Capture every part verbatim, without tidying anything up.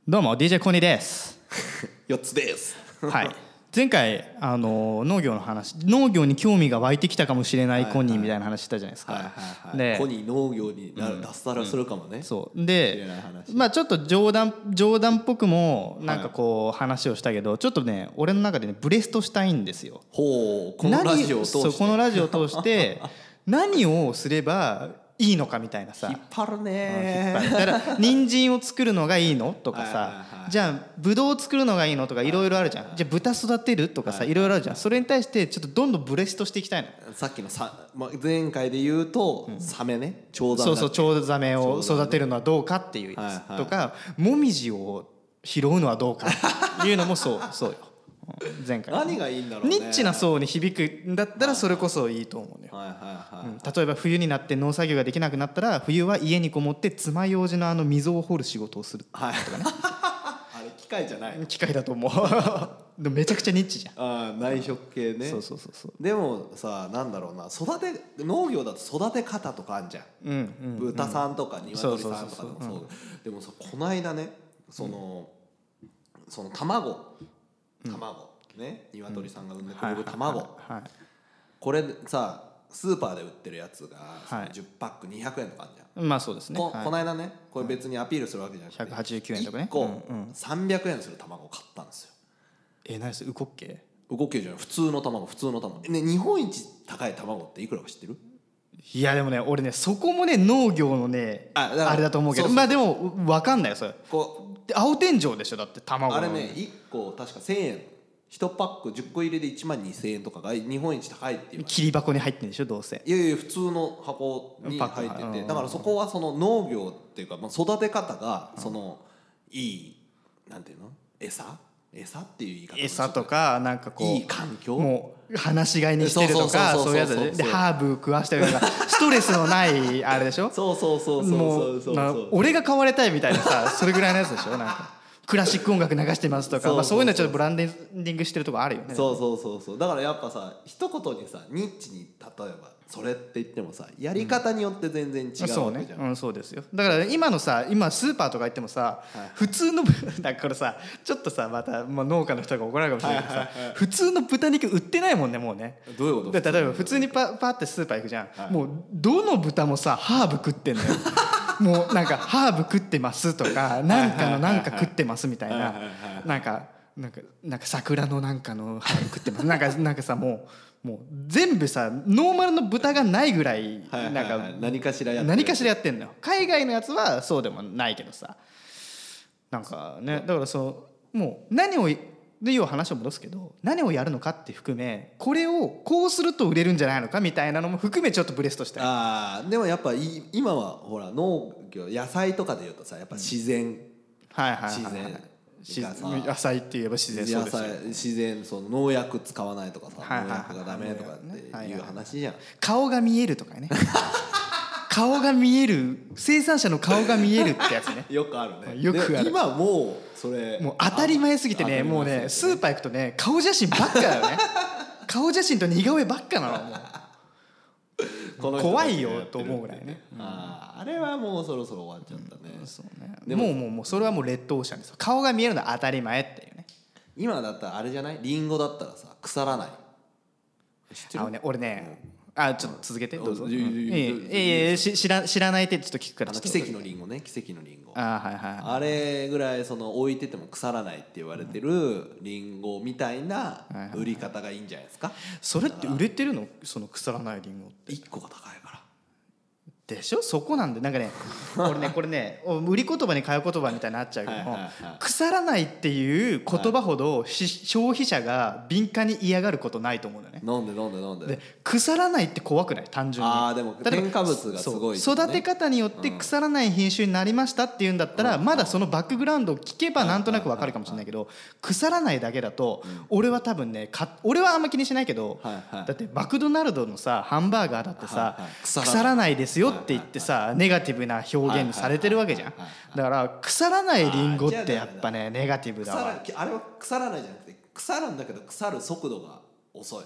どうも ディージェー コニーですよっつですはい前回あの農業の話農業に興味が湧いてきたかもしれないコニーみたいな話したじゃないですか、 はいはいはい、 でコニー農業になる脱サラするかもね、うん、 そうでまあちょっと冗談冗談っぽくもなんかこう話をしたけど、はい、ちょっとね俺の中でねブレストしたいんですよ。 ほうこのラジオを通してそうこのラジオを通して何をすればいいのかみたいなさ引っ張るね引っ張るだから人参を作るのがいいのとかさ、はいはいはい、じゃあブドウを作るのがいいのとかいろいろあるじゃん、はいはい、じゃあ豚育てるとかさいろいろあるじゃん。それに対してちょっとどんどんブレストしていきたいの。 さっきのさ、まあ、前回で言うと、うん、サメねチョウザメそうそうチョウザメを育てるのはどうかっていうやつ、はいはい、とかもみじを拾うのはどうかっていうのもそうそうよ前回何がいいんだろうね。 ニッチな層に響くんだったらそれこそいいと思うね、はいはいはいはい、うん、例えば冬になって農作業ができなくなったら冬は家にこもって爪楊枝のあの溝を掘る仕事をするとかね、はい、 あれ機械じゃない機械だと思うでもめちゃくちゃニッチじゃん。 あ内職系ね。 そうそうそうそう。 でもさなんだろうな育て農業だと育て方とかあるじゃん、うんうんうん、豚さんとか鶏さんとかでもそうでもさこの間ねその、うん、その卵卵、うん、ね鶏さんが産んでくれる卵、はいはいはい、これさスーパーで売ってるやつがじゅっパックにひゃくえんとかあるじゃん、 まあそうですね。 こ、はい、この間ねこれ別にアピールするわけじゃなくてひゃくはちじゅうきゅうえんとかねいっこさんびゃくえんする卵を買ったんですよ。 え何それウコッケウコッケじゃない普通の卵普通の卵、ね、日本一高い卵っていくらか知ってる？ いやでもね俺ねそこもね農業のね あ, あれだと思うけどそうそうまあでも分かんないよそれ。こう青天井でしょだって卵のあれねいっこ確かせんえんいちパックじゅっこ入りでいちまんにせんえんとかが日本一高いっていう切り箱に入ってるんでしょどうせ。 いやいや普通の箱に入っててだからそこはその農業っていうか、まあ、育て方がそのいいなんていうの餌餌っていう言い方餌とかなんかこういい環境もう放し飼いにしてるとかそういうやつででハーブ食わしてるとかストレスのないあれでしょそうそうそうそうそうそうもう俺が飼われたいみたいなさそれぐらいのやつでしょなんかクラシック音楽流してますとかそうそうそう、まあ、そういうのはちょっとブランディングしてるとこあるよね。 そうそうそうそうだからやっぱさ一言にさニッチに例えばそれって言ってもさやり方によって全然違うわけじゃん、うん、そうね、うん、そうですよ。だから今のさ今スーパーとか行ってもさ、はい、普通のだからさちょっとさまた、まあ、農家の人が怒られるかもしれないけどさ、はいはいはい、普通の豚肉売ってないもんねもうね。 どういうこと？ 例えば普通にパパってスーパー行くじゃん、はい、もうどの豚もさハーブ食ってんのよもうなんかハーブ食ってますとかなんかのなんか食ってますみたいななんかなんかなんか桜のなんかのハーブ食ってますなんかなんかさもうもう全部さノーマルの豚がないぐらいなんか何かしらやって何かしらやってんのよ。海外のやつはそうでもないけどさなんかねだからそうもう何をで要は話を戻すけど何をやるのかって含めこれをこうすると売れるんじゃないのかみたいなのも含めちょっとブレストしたい。 あでもやっぱい今はほら農業野菜とかでいうとさやっぱ自然、うん、 はいはいはい、はい、自然野菜って言えば自然そうですよ、ね、 自然その農薬使わないとかさ、はいはいはい、農薬がダメとかっていう話じゃん、はいはいはい、 顔が見えるとかね顔が見える生産者の顔が見えるってやつねよくあるね。 よくある。 今もうそれもう当たり前すぎてねもうねスーパー行くとね顔写真ばっかだよね顔写真と似顔絵ばっかなのもうこの怖いよと思うぐらいね、 うん、あ, あれはもうそろそろ終わっちゃったね、 うん、そうねでももうもうもうそれはもうレッドオーシャンです顔が見えるのは当たり前っていうね。 今だったらあれじゃないリンゴだったらさ腐らない知ってる？あのね俺ね、うんあちょっと続けてどうぞ。ええ知ら知らないってちょっと聞くから。 奇跡のリンゴね奇跡のリンゴ。 あはいはい。 あれぐらいその置いてても腐らないって言われてるリンゴみたいな売り方がいいんじゃないですか。 それって売れてるのその腐らないリンゴって。 いっこが高いから。 でしょそこなんでなんかね俺ねこれね売り言葉に買う言葉みたいになっちゃうけども、はいはいはい、腐らないっていう言葉ほど、はい、消費者が敏感に嫌がることないと思うんだよね。 なんでなんでなんでで腐らないって怖くない単純に。 あでも添加物がすごい、ね、 育て方によって腐らない品種になりましたっていうんだったら、うん、まだそのバックグラウンドを聞けばなんとなく分かるかもしれないけど腐らないだけだと、うん、俺は多分ねか俺はあんま気にしないけど、はいはい、だってマクドナルドのさハンバーガーだってさ、はいはい、腐, 腐らないですよって言ってさ、はいはいはいネガティブな表現にされてるわけじゃん。だから腐らないリンゴってやっぱねネガティブだわ。 あれは腐らないじゃなくて腐るんだけど腐る速度が遅い。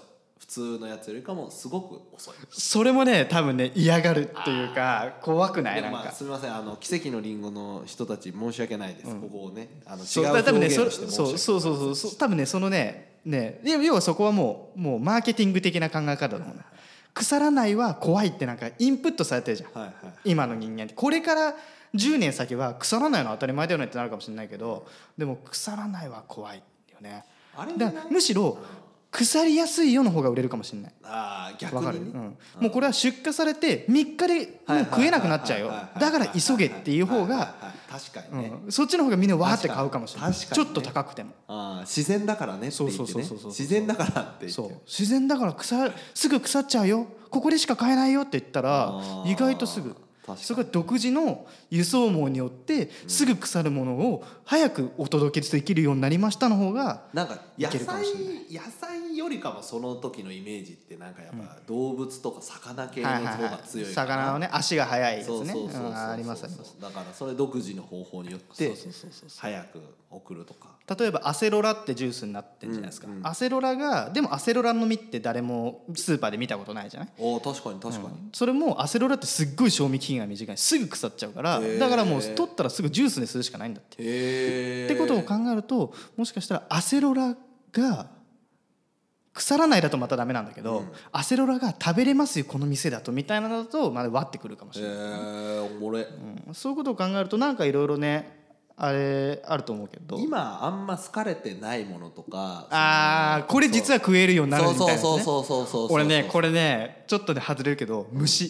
普通のやつよりかもすごく遅い。 それもね多分ね嫌がるっていうか怖くない？なんかすみません、あの奇跡のリンゴの人たち申し訳ないです、うん、ここをねあの違う表現をして申し訳ない。 そうそうそうそうそう多分ねそのねね要はそこはもうもうマーケティング的な考え方だもんね。腐らないは怖いってなんかインプットされてるじゃん、はいはい、今の人間ってこれからじゅうねん先は腐らないのは当たり前だよねってなるかもしれないけどでも腐らないは怖いよね。あれだからむしろ腐りやすいよの方が売れるかもしれない。 ああ逆に、ね、 わかる、うん、もうこれは出荷されてみっかでもう食えなくなっちゃうよだから急げっていう方が確かにね、 うん、そっちの方がみんなわーって買うかもしれない、ね、ちょっと高くてもあ自然だからねって言ってね自然だからって言ってそう自然だから腐すぐ腐っちゃうよここでしか買えないよって言ったら意外とすぐそれが独自の輸送網によってすぐ腐るものを早くお届けできるようになりましたの方がなんか野菜野菜よりかもその時のイメージってなんかやっぱ動物とか魚系の方が強いかな。 魚のね足が速いやつねありますあります。だからそれ独自の方法によって早く送るとか。 例えばアセロラってジュースになってるじゃないですか、うんうん、アセロラがでもアセロラの実って誰もスーパーで見たことないじゃない。 お確かに確かに、うん、 それもアセロラってすっごい賞味期限が短いすぐ腐っちゃうからだからもう取ったらすぐジュースにするしかないんだってってことを考えるともしかしたらアセロラが腐らないだとまたダメなんだけど、うん、アセロラが食べれますよこの店だとみたいなのだとまだ割ってくるかもしれない、 えおもれ、 うん、そういうことを考えるとなんかいろいろねあれあると思うけど今あんま好かれてないものとかああこれ実は食えるようになるみたいなねそうそうそうそうそう俺ねこれねちょっとね外れるけど虫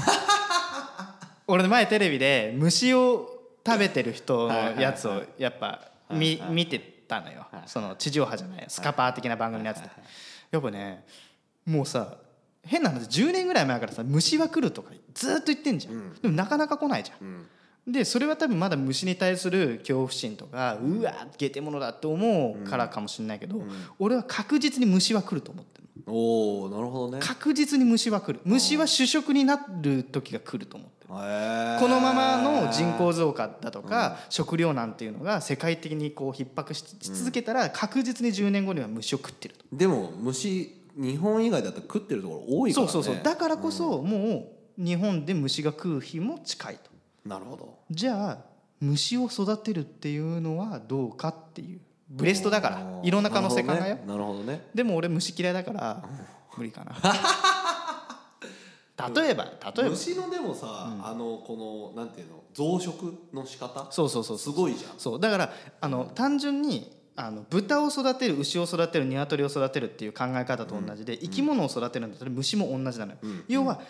俺前テレビで虫を食べてる人のやつをやっぱ見見てたのよその地上波じゃないスカパー的な番組のやつでやっぱねもうさ変な話じゅうねんぐらい前からさ虫は来るとかずっと言ってんじゃん、うん、でもなかなか来ないじゃん、うんでそれは多分まだ虫に対する恐怖心とかうわゲテモノだって思うからかもしれないけど、うん、俺は確実に虫は来ると思ってる。 おーなるほどね。 確実に虫は来る。虫は主食になる時が来ると思ってる。このままの人口増加だとか、うん、食糧難っていうのが世界的にこう逼迫し続けたら確実にじゅうねんごには虫を食ってると。 でも虫日本以外だったら食ってるところ多いからね。 そうそうそうだからこそもう日本で虫が食う日も近いと。 なるほど。 じゃあ虫を育てるっていうのはどうかっていうブレストだからいろんな可能性考えよう。 なるほどね。 でも俺虫嫌いだから無理かな例えば例えば虫のでもさ、うん、あのこのなんていうの増殖の仕方そうそうそうすごいじゃん。 そうだからあの単純にあの豚を育てる牛を育てる鶏を育てるっていう考え方と同じで、うん、生き物を育てるんだったら虫も同じなのよ、うん、要は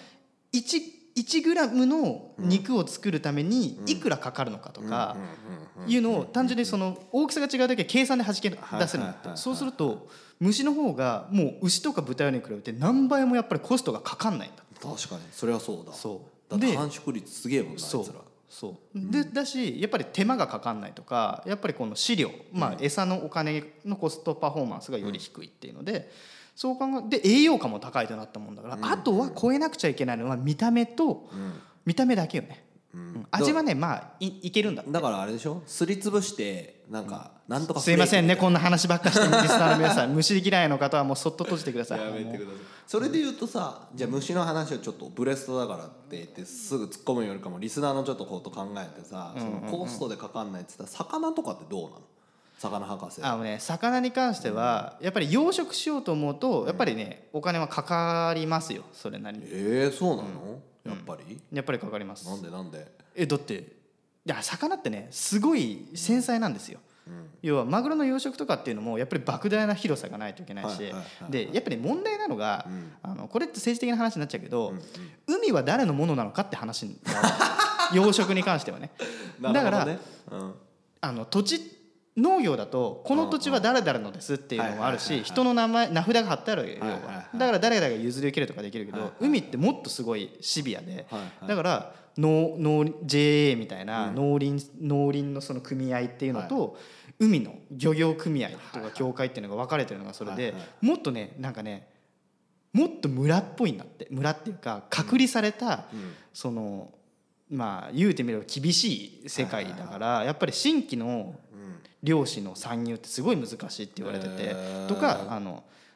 1, 1グラムの肉を作るためにいくらかかるのかとかいうのを単純にその大きさが違うだけ計算で弾け出せるんだって。そうすると虫の方がもう牛とか豚よりに比べて何倍もやっぱりコストがかかんないんだ。 確かにそれはそうだ。 そうだって繁殖率すげえもんなあいつら。 そうでだしやっぱり手間がかかんないとかやっぱりこの飼料、まあ、餌のお金のコストパフォーマンスがより低いっていうので、そう考えで栄養価も高いとなったもんだから、あとは超えなくちゃいけないのは見た目と、見た目だけよね。うん、味はねまあ い, いけるんだって。 だからあれでしょすりつぶしてなんかなんとかすいませんねこんな話ばっかしてリスナーの皆さん虫嫌いの方はもうそっと閉じてください。 やめてください。それで言うとさじゃあ虫の話をちょっとブレストだからって言ってすぐ突っ込むよりかもリスナーのちょっとこと考えてさ、そのコストでかかんないって言ったら魚とかってどうなの魚博士。 あのね魚に関してはやっぱり養殖しようと思うとやっぱりねお金はかかりますよそれなりに。 えー、そうなの、うん、やっぱり、 うん、やっぱりかかります。 なんでなんでえだっていや魚ってねすごい繊細なんですよ、うん、要はマグロの養殖とかっていうのもやっぱり莫大な広さがないといけないし、はいはいはいはい、でやっぱり問題なのが、うん、あのこれって政治的な話になっちゃうけど、うんうん、海は誰のものなのかって話になる養殖に関してはねだから、うん、あの土地農業だとこの土地は誰々のですっていうのもあるし人の名前名札が貼ってあるわけよ、はいはいはい、だから誰々が譲り受けるとかできるけど、はいはいはい、海ってもっとすごいシビアで、はいはい、だから農農 ジェーエー みたいな農林、うん、農林のその組合っていうのと、はい、海の漁業組合とか協会っていうのが分かれてるのがそれで、はいはい、もっとねなんかねもっと村っぽいんだって村っていうか隔離された、うん、そのまあ言うてみれば厳しい世界だから、はいはいはい、やっぱり新規の漁師の参入ってすごい難しいって言われててとかあの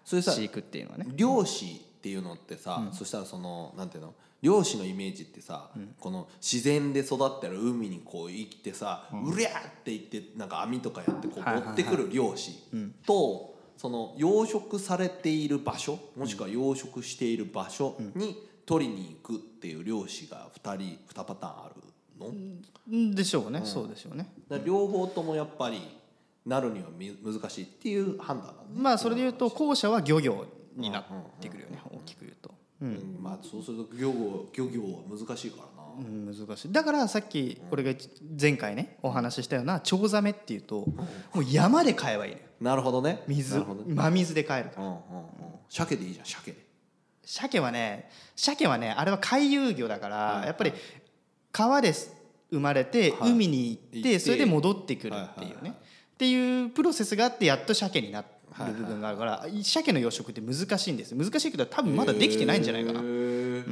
飼育っていうのはね。 漁師っていうのってさ、うん、そしたらそのなんていうの漁師のイメージってさ、うん、この自然で育ってる海にこう生きてさ、うん、うりゃーって言ってなんか網とかやってこう持ってくる漁師と、その養殖されている場所もしくは養殖している場所に取りに行くっていう漁師がふたりにパターンあるの、 うん、でしょうね、うん、そうでしょうね。 だ両方ともやっぱりなるには難しいっていう判断だね。 まあそれでいうと後者は漁業になってくるよね、大きく言うと。 うん、まあそうすると漁業漁業は難しいからな、 うん、難しい。だからさっき俺が前回ねお話ししたようなチョウザメっていうと、もう山で飼えばいいのよ。 なるほどね。 水、真水で飼えるから。 うんうんうん、鮭でいいじゃん。鮭鮭はね鮭はねあれは回遊魚だから、はい、やっぱり川で生まれて海に行って、はい、それで戻ってくるっていうね、はいはいはい、っていうプロセスがあってやっと鮭になってる部分があるから、はいはいはい、鮭の養殖って難しいんです。難しいけど多分まだできてないんじゃないかな、うん、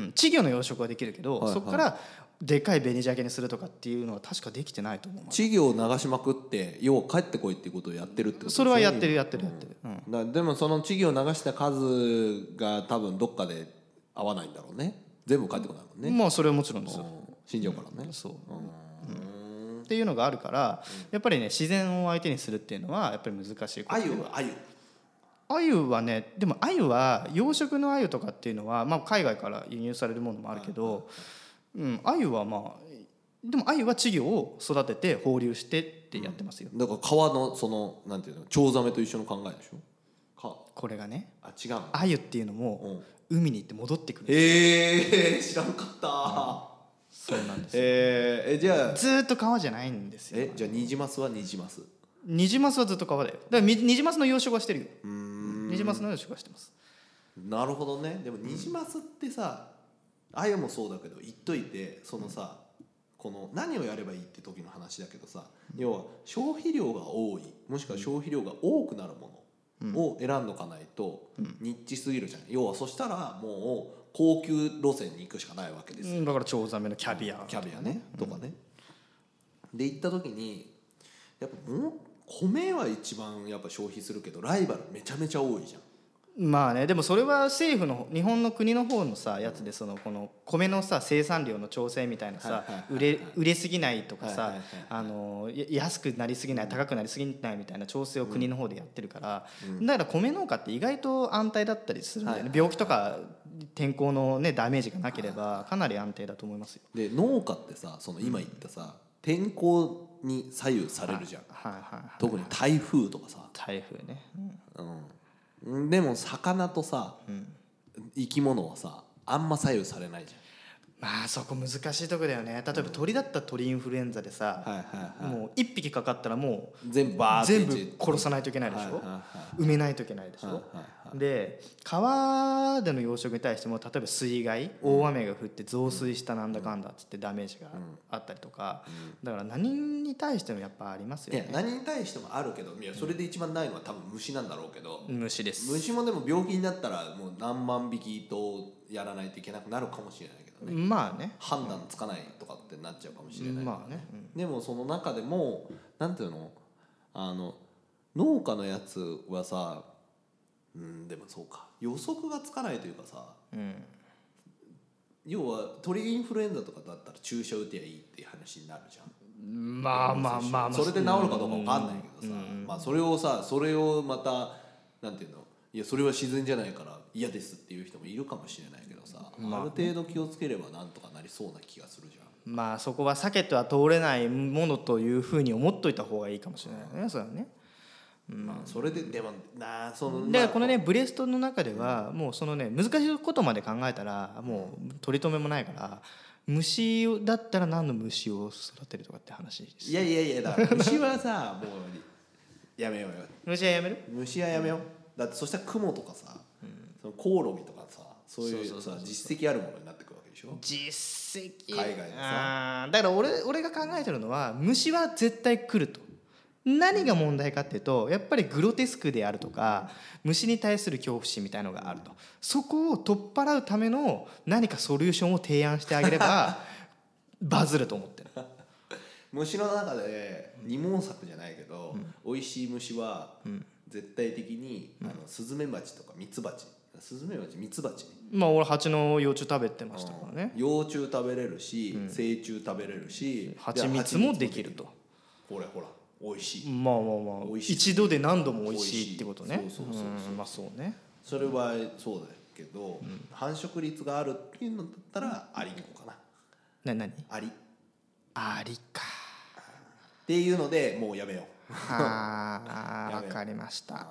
稚魚の養殖はできるけど、はいはい、そこからでかい紅鮭にするとかっていうのは確かできてないと思う。 稚魚を流しまくって要は帰ってこいっていうことをやってるってことですね。 それはやってるやってるやってる、うんうん、だでもその稚魚を流した数が多分どっかで合わないんだろうね。全部帰ってこないもんね。 まあそれはもちろんですよ。 死んじゃうからね、 うん、そう、うん、っていうのがあるから、やっぱりね自然を相手にするっていうのはやっぱり難しいこと。 鮎は鮎鮎はねでも鮎は養殖の鮎とかっていうのは、まあ、海外から輸入されるものもあるけど、うん、鮎はまあでも鮎は稚魚を育てて放流してってやってますよ、 うん、だから川のそのなんていうのチョウザメと一緒の考えでしょか。 これがねあ違う鮎っていうのも海に行って戻ってくる。 えー、知らんかった、うん、 そうなんですよ、 えー、えじゃあずっと川じゃないんですよ。 えじゃあニジマスはニジマスニジマスはずっと川だよ。だからニジマスの養殖はしてるよ。うーんニジマスの養殖はしてます。 なるほどね。でもニジマスってさ、鮎もそうだけど言っといてそのさ、この何をやればいいって時の話だけどさ、要は消費量が多いもしくは消費量が多くなるものを選んどかないとニッチすぎるじゃん。要はそしたらもう高級路線に行くしかないわけですよ、うん、 だからチョウザメのキャビアキャビアねとかね、うん、で行った時にやっぱもう米は一番やっぱ消費するけどライバルめちゃめちゃ多いじゃん。 まあねでもそれは政府の日本の国の方のさやつでそのこの米のさ生産量の調整みたいなさ売れ売れすぎないとかさあの安くなりすぎない高くなりすぎないみたいな調整を国の方でやってるからだから米農家って意外と安泰だったりするんだよね。病気とか天候のねダメージがなければかなり安定だと思いますよ。 で農家ってさその今言ったさ天候に左右されるじゃん、はいはいはい、特に台風とかさ台風ね、 うん、でも魚とさ、うん、生き物はさあんま左右されないじゃん。 まあそこ難しいとこだよね。例えば鳥だったら鳥インフルエンザでさ、はいはいはい、もういっぴきかかったらもう全部バー全部殺さないといけないでしょ、はいはいはい、埋めないといけないでしょ、はいはいはい、で川での養殖に対しても例えば水害、うん、大雨が降って増水したなんだかんだっつってダメージがあったりとか、うん、だから何に対してもやっぱありますよね。 いや何に対してもあるけどいやそれで一番ないのは多分虫なんだろうけど、 虫です。 虫もでも病気になったらもう何万匹とやらないといけなくなるかもしれないけどね。 まあね判断つかないとかってなっちゃうかもしれないけど、 まあね、うん、 でもその中でもなんていうのあの農家のやつはさ、うん、でもそうか予測がつかないというかさ、うん、要は鳥インフルエンザとかだったら注射打てばいいっていう話になるじゃん。 まあまあまあまあそれで治るかどうか分かんないけどさ、うんうん、まあそれをさそれをまたなんていうのいやそれは自然じゃないから嫌ですっていう人もいるかもしれないけどさ、まあ、ある程度気をつければなんとかなりそうな気がするじゃん。 まあそこは避けては通れないものというふうに思っといた方がいいかもしれないね、それはね。 うん、まあそれででもなそのだからこのねブレストの中ではもうそのね難しいことまで考えたらもう取り留めもないから虫だったら何の虫を育てるとかって話です。 いやいやいやだから虫はさもうやめようよ。 虫はやめる？ 虫はやめよう。だってそしたら雲とかさ、うん、そのコオロギとかさそういうさ実績あるものになってくるわけでしょ。 実績海外でさあだから俺俺が考えてるのは虫は絶対来ると。何が問題かっていうとやっぱりグロテスクであるとか虫に対する恐怖心みたいのがあると。そこを取っ払うための何かソリューションを提案してあげればバズると思ってる。 虫の中で二毛作じゃないけど、うん、美味しい虫は絶対的に、うん、あのスズメバチとかミツバチスズメバチミツバチまあ俺蜂の幼虫食べてましたからね、 うん、幼虫食べれるし、うん、成虫食べれるし蜂蜜もできるとほらほら美味しいまあまあまあ一度で何度も美味しいってことねそうそうそうそう、 うん、まあそうねそれはそうだけど、うん、繁殖率があるっていうのだったらアリの方かなな何アリアリかっていうのでもうやめようああ分かりました、はい、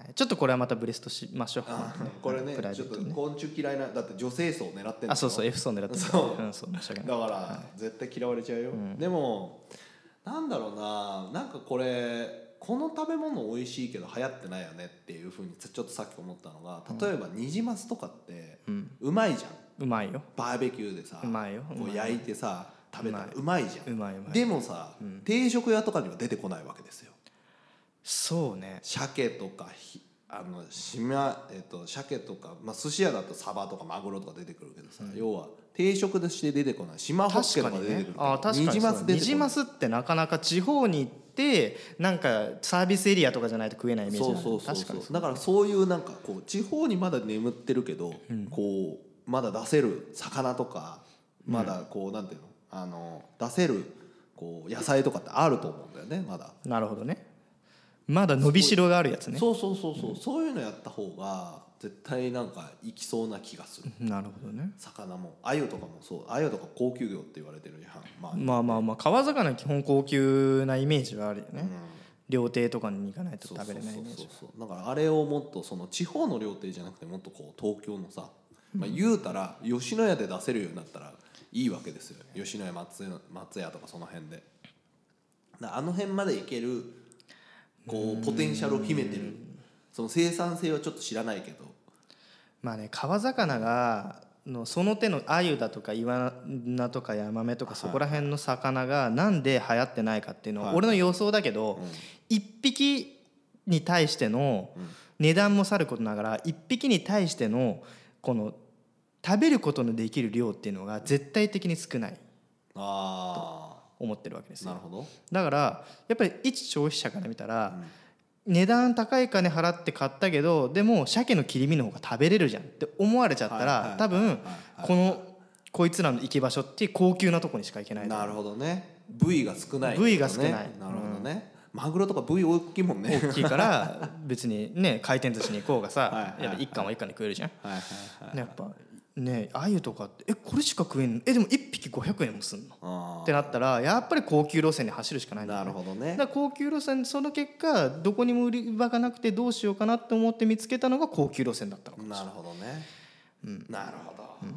ちょっとこれはまたブレストしましょうこれ ね, ねちょっと昆虫嫌いなだって女性層狙ってんのあそうそう F 層狙ってるそう、 うん、そう申し訳ないだから、はい、絶対嫌われちゃうよ、うん、でもなんだろうななんかこれこの食べ物美味しいけど流行ってないよねっていうふうにちょっとさっき思ったのが例えばニジマスとかってうまいじゃん、 うん、うまいよバーベキューでさうまいよこう焼いてさ食べたらうまいじゃんうまいうまいでもさ、うん、定食屋とかには出てこないわけですよそうね鮭とかあのしま、えっと、鮭とか、まあ、寿司屋だとサバとかマグロとか出てくるけどさ、うん、要は定食として出てこない島ホッケとか出てくるけど、ね、あ確かにニジマス出てこない。 ニジマスってなかなか地方に行ってなんかサービスエリアとかじゃないと食えないイメージある。 そうそうそうそう。だからそういうなんかこう地方にまだ眠ってるけど、うん、こうまだ出せる魚とかまだこうなんていうの、あの出せるこう野菜とかってあると思うんだよねまだ。 なるほどね。まだ伸びしろがあるやつね。 そうそうそうそう、うん、そういうのやった方が絶対なんかいきそうな気がする。 なるほどね。 魚も鮎とかもそう鮎とか高級魚って言われてるじゃん、 まあ、まあまあまあ川魚基本高級なイメージはあるよね、うん、料亭とかに行かないと食べれないイメージ。 そうそうそうそう。だからあれをもっとその地方の料亭じゃなくてもっとこう東京のさ、まあ、言うたら吉野家で出せるようになったらいいわけですよ。吉野家 松, 松屋とかその辺であの辺まで行けるこうポテンシャルを秘めてる。その生産性はちょっと知らないけどまあね川魚がのその手の鮎だとかイワナとかヤマメとかそこら辺の魚がなんで流行ってないかっていうのは俺の予想だけどいっぴきに対しての値段もさることながらいっぴきに対してのこの食べることのできる量っていうのが絶対的に少ないと思ってるわけですよ。 なるほど。 だからやっぱり一消費者から見たら、うん、値段高い金払って買ったけどでも鮭の切り身の方が食べれるじゃんって思われちゃったら多分このこいつらの行き場所って高級なとこにしか行けない。 なるほどね。部位が少ない、ね、 部位が少ない。なるほどね、うん、マグロとか部位大きいもんね。 大きいから別にね回転寿司に行こうがさやっぱ一貫は一貫で食えるじゃん。はいはいはい、やっぱね鮎とかってえこれしか食えんのえでもいっぴきごひゃくえんもすんのってなったらやっぱり高級路線に走るしかないんだよね。 なるほどね。 だから高級路線その結果どこにも売り場がなくてどうしようかなって思って見つけたのが高級路線だったのかもしれない。 なるほどね、うん、なるほど、うん、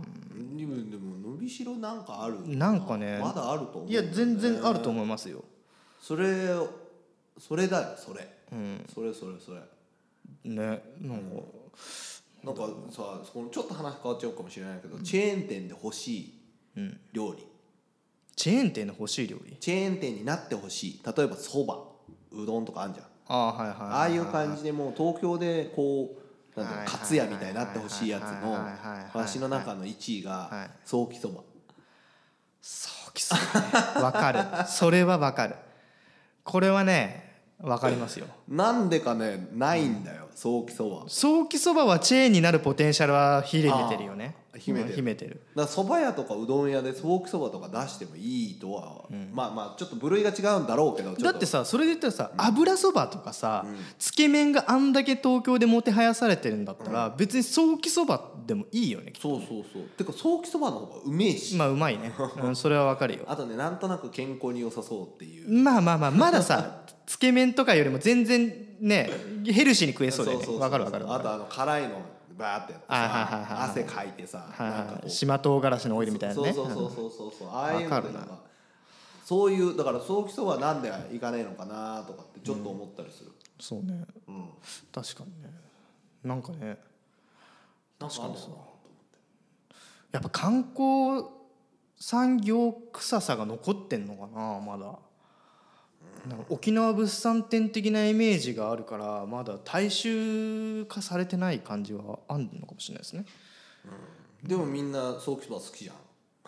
でもでも伸びしろなんかあるなんかねまだあると思う、ね、 いや全然あると思いますよ。 それそれだよそれ、うん、それそれそれねなんか、うんなんかさそのちょっと話変わっちゃうかもしれないけど、うん、チェーン店で欲しい料理、うん、 チェーン店で欲しい料理チェーン店になって欲しい例えばそばうどんとかあんじゃん。 ああはいはい、はい、 ああいう感じでもう東京でこうなんていうのカツ屋みたいになってほしいやつのわしの中のいちいがソーキそば。 ソーキそばわかるそれはわかる。これはねわかりますよ。 なんでかねないんだよ、うん、ソーキそば。 ソーキそばはチェーンになるポテンシャルは秘めてるよね。 秘めてる、うん、 秘めてる。 だからそば屋とかうどん屋でソーキそばとか出してもいいとは、うん、まあまあちょっと部類が違うんだろうけどだってさそれで言ったらさ、うん、油そばとかさ、うん、つけ麺があんだけ東京でもてはやされてるんだったら、うん、別にソーキそばでもいいよね。 そうそうそう。てかソーキそばの方がうめえし。 まあうまいね、うん、それはわかるよ。 あとねなんとなく健康に良さそうっていう。 まあまあまあまださつけ麺とかよりも全然ねヘルシーに食えそうだよね。わかるわかる。 あとあの辛いのバーってやってさ汗かいてさ島唐辛子のオイルみたいなね。 そうそうそうそうそうそうああいうのでなんかそういうだからソーキそばなんでいかねえのかなとかってちょっと思ったりする、うん、 そうね、うん、確かにねなんかね確かにそうやっぱ観光産業臭さが残ってんのかなまだ。なんか沖縄物産展的なイメージがあるからまだ大衆化されてない感じはあるのかもしれないですね、 うん、でもみんなソーキそば好きじゃん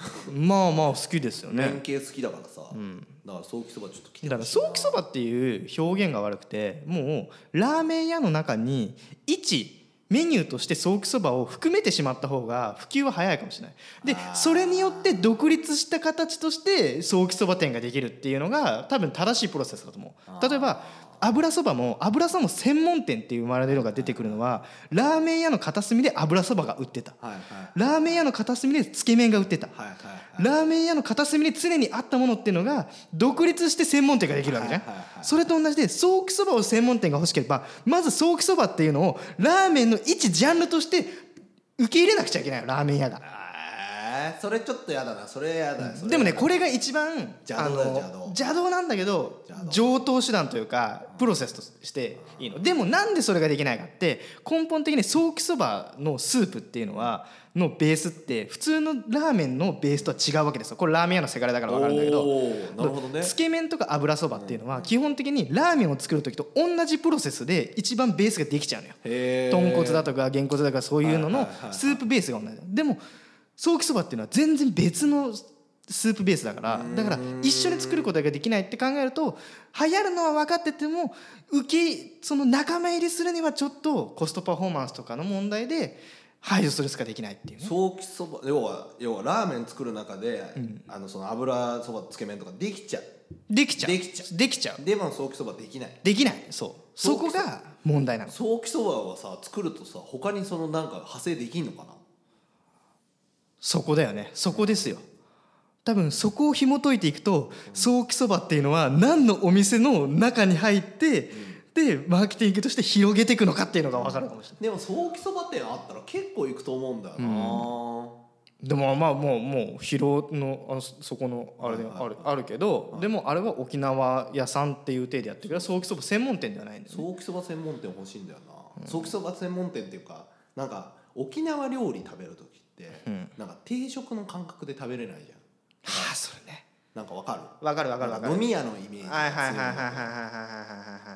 まあまあ好きですよね。 麺系好きだからさ、うん、だからソーキそばちょっと来てほしいな。だからソーキそばっていう表現が悪くて、もうラーメン屋の中に一メニューとしてソーキそばを含めてしまった方が普及は早いかもしれない。でそれによって独立した形としてソーキそば店ができるっていうのが多分正しいプロセスだと思う。例えば油そばも油そばも専門店っていう生まれるのが出てくるのは、ラーメン屋の片隅で油そばが売ってた、はいはい、ラーメン屋の片隅でつけ麺が売ってた、はいはいはい、ラーメン屋の片隅に常にあったものっていうのが独立して専門店ができるわけじゃん、はいはいはい、それと同じでソーキそばを専門店が欲しければ、まずソーキそばっていうのをラーメンの一ジャンルとして受け入れなくちゃいけないよ、ラーメン屋が。 それちょっとやだな、それやだ。 でもねこれが一番邪道だよ、邪道邪道なんだけど上等手段というかプロセスとしていいの。でもなんでそれができないかって、根本的にソーキそばのスープっていうのはのベースって普通のラーメンのベースとは違うわけですよ。これラーメン屋のせがれだから分かるんだけど、 なるほどね、 つけ麺とか油そばっていうのは基本的にラーメンを作る時と同じプロセスで一番ベースができちゃうのよ。豚骨だとかげんこつだとかそういうののスープベースが同じ。でもソーキそばっていうのは全然別のスープベースだから、だから一緒に作ることができないって考えると、流行るのは分かってても受けその仲間入りするにはちょっとコストパフォーマンスとかの問題で排除するしかできないっていうね。 ソーキそば要は要はラーメン作る中で、うん、あのその油そばつけ麺とかできちゃうできちゃうできちゃうできちゃうでもソーキそばできないできないそうそこが問題なの。 ソーキそばはさ作るとさ他にそのなんか派生できんのかな。 そこだよね、そこですよ。多分そこを紐解いていくと、うん、ソーキそばっていうのは何のお店の中に入って、うん、でマーケティングとして広げていくのかっていうのが分かるかもしれない。 でもソーキそば店あったら結構行くと思うんだよな、 うん、でもまあもうもう広のあのそこのあれであるあるけど、でもあれは沖縄屋さんっていう体でやってるからソーキそば専門店ではないんだよね。 ソーキそば専門店欲しいんだよな、うん、ソーキそば専門店っていうかなんか沖縄料理食べる時って、うん、なんか定食の感覚で食べれないじゃん。 はあ、それね。 なんかわかる？ わかるわかるわかる。 飲み屋のイメージ。 はいはいはいはいはいはいはいはい。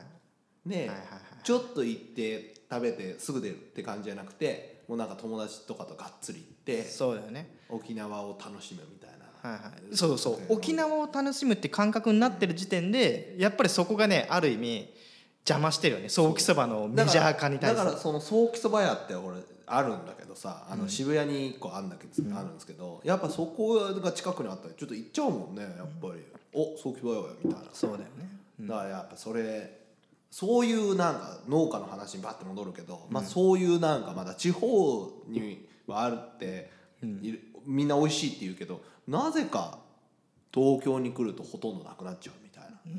で、ちょっと行って食べてすぐ出るって感じじゃなくて、もうなんか友達とかとがっつり行って、 そうだよね。 沖縄を楽しむみたいな。 はいはい。そうそう。沖縄を楽しむって感覚になってる時点で、やっぱりそこがねある意味邪魔してるよね。ソーキそばのメジャー化に対して。 だからそのソーキそば屋って俺あるんだけどさ、あの渋谷にいっこあるんだけど、うん、あるんですけど、やっぱそこが近くにあったらちょっと行っちゃうもんね、やっぱり、うん、おソーキそば屋みたいな。 そうだよね、 うん、だからやっぱそれそういうなんか農家の話にバッて戻るけど、うん、まあそういうなんかまだ地方にはあるって、うん、みんな美味しいって言うけど、なぜか東京に来るとほとんどなくなっちゃうみたいな、うん、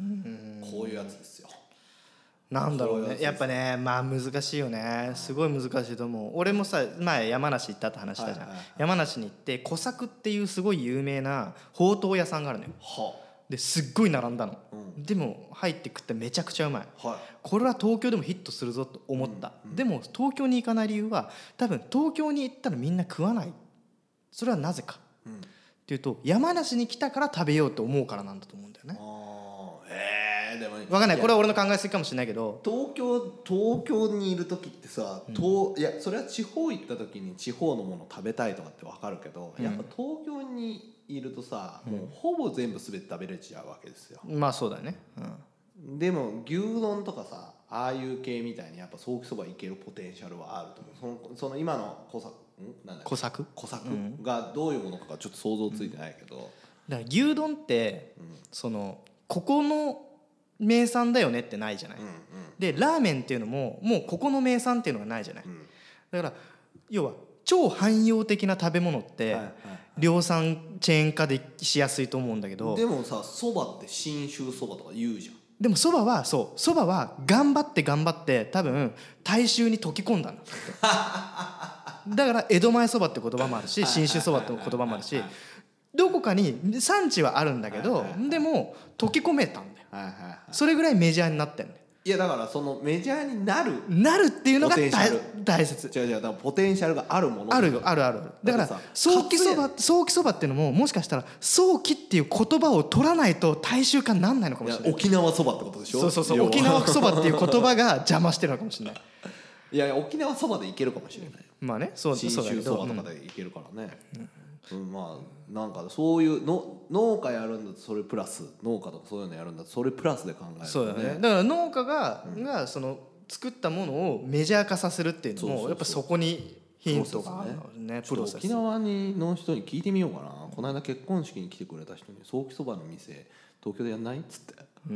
こういうやつですよ。 なんだろうね、やっぱね、まあ難しいよね、すごい難しいと思う。俺もさ前山梨行ったって話したじゃん、はいはいはい、山梨に行って小作っていうすごい有名なほうとう屋さんがあるのよ、はあ、ですっごい並んだの、うん、でも入って食ってめちゃくちゃうまい、はい、これは東京でもヒットするぞと思った、うんうん、でも東京に行かない理由は多分東京に行ったらみんな食わない。それはなぜか、うん、っていうと山梨に来たから食べようと思うからなんだと思うんだよね。 でも分かんない、これは俺の考えすぎかもしれないけど、 東京東京にいる時ってさ、うん、いやそれは地方行った時に地方のもの食べたいとかって分かるけど、うん、やっぱ東京にいるとさ、うん、もうほぼ全部全て食べれちゃうわけですよ。 まあそうだね、 うん、でも牛丼とかさああいう系みたいにやっぱソーキそばいけるポテンシャルはあると思う。その、その今の小作んなんだっけ小作小作がどういうものかちょっと想像ついてないけど、うん、 だから牛丼って、うん、そのここの名産だよねってないじゃない、うんうん、でラーメンっていうのももうここの名産っていうのがないじゃない、うん、だから要は超汎用的な食べ物って量産チェーン化でしやすいと思うんだけど、 でもさそばって信州そばとか言うじゃん。 でもそばはそうそばは頑張って頑張って多分大衆に溶き込んだのだから江戸前そばって言葉もあるし信州そばって言葉もあるしどこかに産地はあるんだけどでも溶き込めたんだよ。はいはいはい、それぐらいメジャーになってんだよ。 いやだからそのメジャーになるなるっていうのが大切。 違う違う、だからポテンシャルがあるものあるよあるある。だから早期そば早期そばっていうのももしかしたら早期っていう言葉を取らないと大衆化にならないのかもしれない。 沖縄そばってことでしょ。 そうそうそう沖縄そばっていう言葉が邪魔してるのかもしれないいやいや沖縄そばでいけるかもしれない。 まあねそう信州そばとかでいけるからね、 うんうん、 うん、まあなんかそういうの農家やるんだとそれプラス農家とかそういうのやるんだとそれプラスで考える、ね、 そうだね。だから農家が、うん、がその作ったものをメジャー化させるっていうのも、そうそうそう、やっぱそこにヒントがあるのね。 プロセス。沖縄にの人に聞いてみようかな。この間結婚式に来てくれた人にソーキそばの店東京でやんないっつって。うん。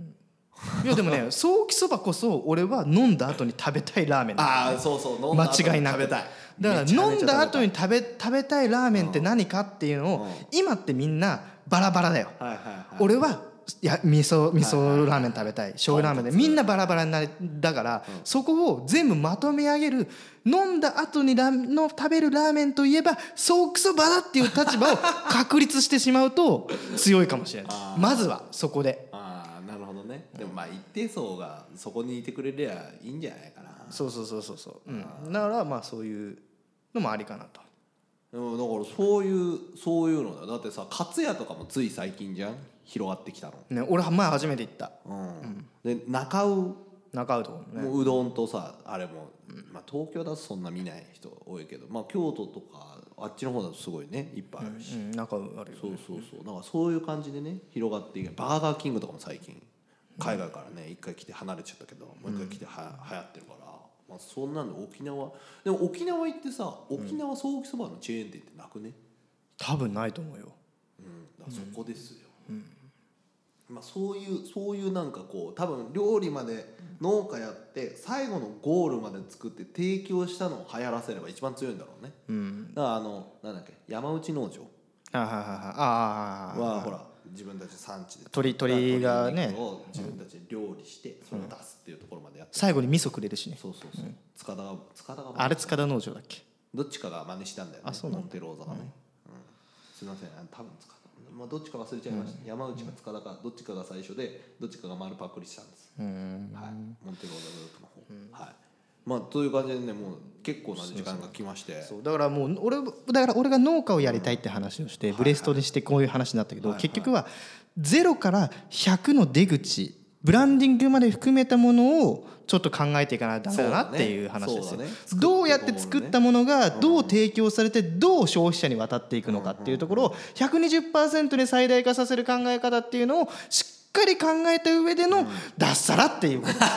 いやでもね、ソーキそばこそ俺は飲んだ後に食べたいラーメンだ、ね。 ああそうそう、飲んだ後に食べたい。 だから飲んだ後に食べ食べたいラーメンって何かっていうのを、うん、今ってみんなバラバラだよ。はいはいはい、俺はいや味噌味噌ラーメン食べたい、はいはい、醤油ラーメンでみんなバラバラになるだから、うん、そこを全部まとめ上げる、飲んだ後にラの食べるラーメンといえばソーキそばだっていう立場を確立してしまうと強いかもしれないまずはそこで。 ああなるほどね。でもまあ一定層がそこにいてくれりゃいいんじゃないかな。 そうそうそうそうそう、うん、だからまあそういうのもありかなと。 だからそういうそういうのだ。だってさカツヤとかもつい最近じゃん広がってきたの、 ね、俺前初めて行った、うんうん、で中尾中尾とかね、 もううどんとさあれも、まあ、東京だとそんな見ない人多いけど、まあ、京都とかあっちの方だとすごいねいっぱいあるし、うんうん、 中尾あるよね。 そうそうそう、なんかそういう感じでね広がっていけバーガーキングとかも最近海外からね一回来て離れちゃったけど、もう一回来ては流行ってるから、まあ、そんなんで沖縄でも沖縄行ってさ沖縄ソーキそばのチェーン店ってなくね。 多分ないと思うよ、 うん、だからそこですよ、うんうん、まあ、そういうそういうなんかこう多分料理まで農家やって最後のゴールまで作って提供したのを流行らせれば一番強いんだろうね、うん、だからあのなんだっけ山内農場あはははあはほら自分たち産地で鳥鳥がねを自分たちで料理してそれを出すっていうところまでやって、 うん、最後に味噌くれるしね。 そうそうそう、うん、塚田が塚田があれ塚田農場だっけ。 どっちかが真似したんだよね。 あそうなんだ。 モンテローザがね、うんうん、すいません多分塚田、まあ、どっちか忘れちゃいました、うん、山内か塚田かどっちかが最初でどっちかが丸パクリしたんです、うん、はい、モンテローザグループの方、うん、はい、まあという感じでねもう結構な時間が来まして、 そうだからもう俺だから俺が農家をやりたいって話をして、うん、ブレストにしてこういう話になったけど、はいはい、結局はゼロからひゃくの出口ブランディングまで含めたものをちょっと考えていかないとダメだなっていう話ですよ、ねね、どうやって作ったものがどう提供されてどう消費者に渡っていくのかっていうところを ひゃくにじゅっパーセント に最大化させる考え方っていうのをしっかり考えた上での脱サラっていうことです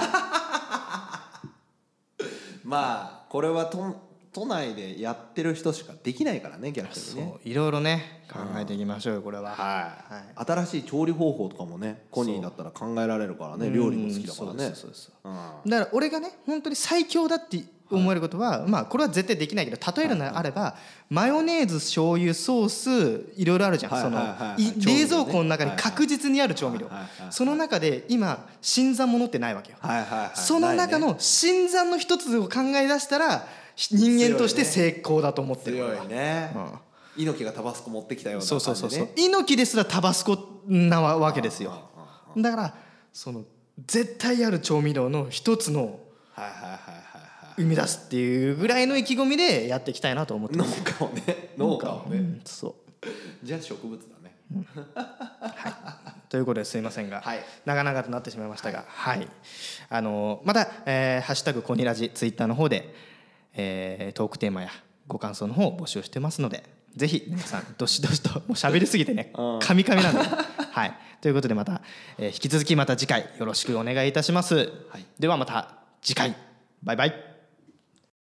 まあこれはと都内でやってる人しかできないからね逆にね。 そういろいろね考えていきましょうよこれは、 はいはい、新しい調理方法とかもねコニーだったら考えられるからね。料理も好きだからね。そうそうそうそう、 うん、だから俺がね本当に最強だって思えることは、はい、まあこれは絶対できないけど例えるのであれば、はいはい、マヨネーズ醤油ソースいろいろあるじゃん、はいはいはいはい、その冷蔵庫の中に確実にある調味料、はいはいはいはい、その中で今新参者ってないわけよ、はいはいはい、その中の新参の一つを考え出したら人間として成功だと思ってる。 強いね、うん、猪木がタバスコ持ってきたような感じで、ね、そうそうそうそう猪木ですらタバスコなわけですよ。だからその絶対ある調味料の一つの生み出すっていうぐらいの意気込みでやっていきたいなと思ってます。 農家をね農家をね、うん、 そうじゃあ植物だね、うんはい、ということですいませんが、 はい、 長々となってしまいましたが、はいはい、あのまた、えー、ハッシュタグコニラジツイッターの方でえー、トークテーマやご感想の方を募集してますのでぜひ皆さんどしどしともう喋りすぎてねカミカミなんではい、ということでまた、えー、引き続きまた次回よろしくお願いいたします、はい、ではまた次回バイバイ。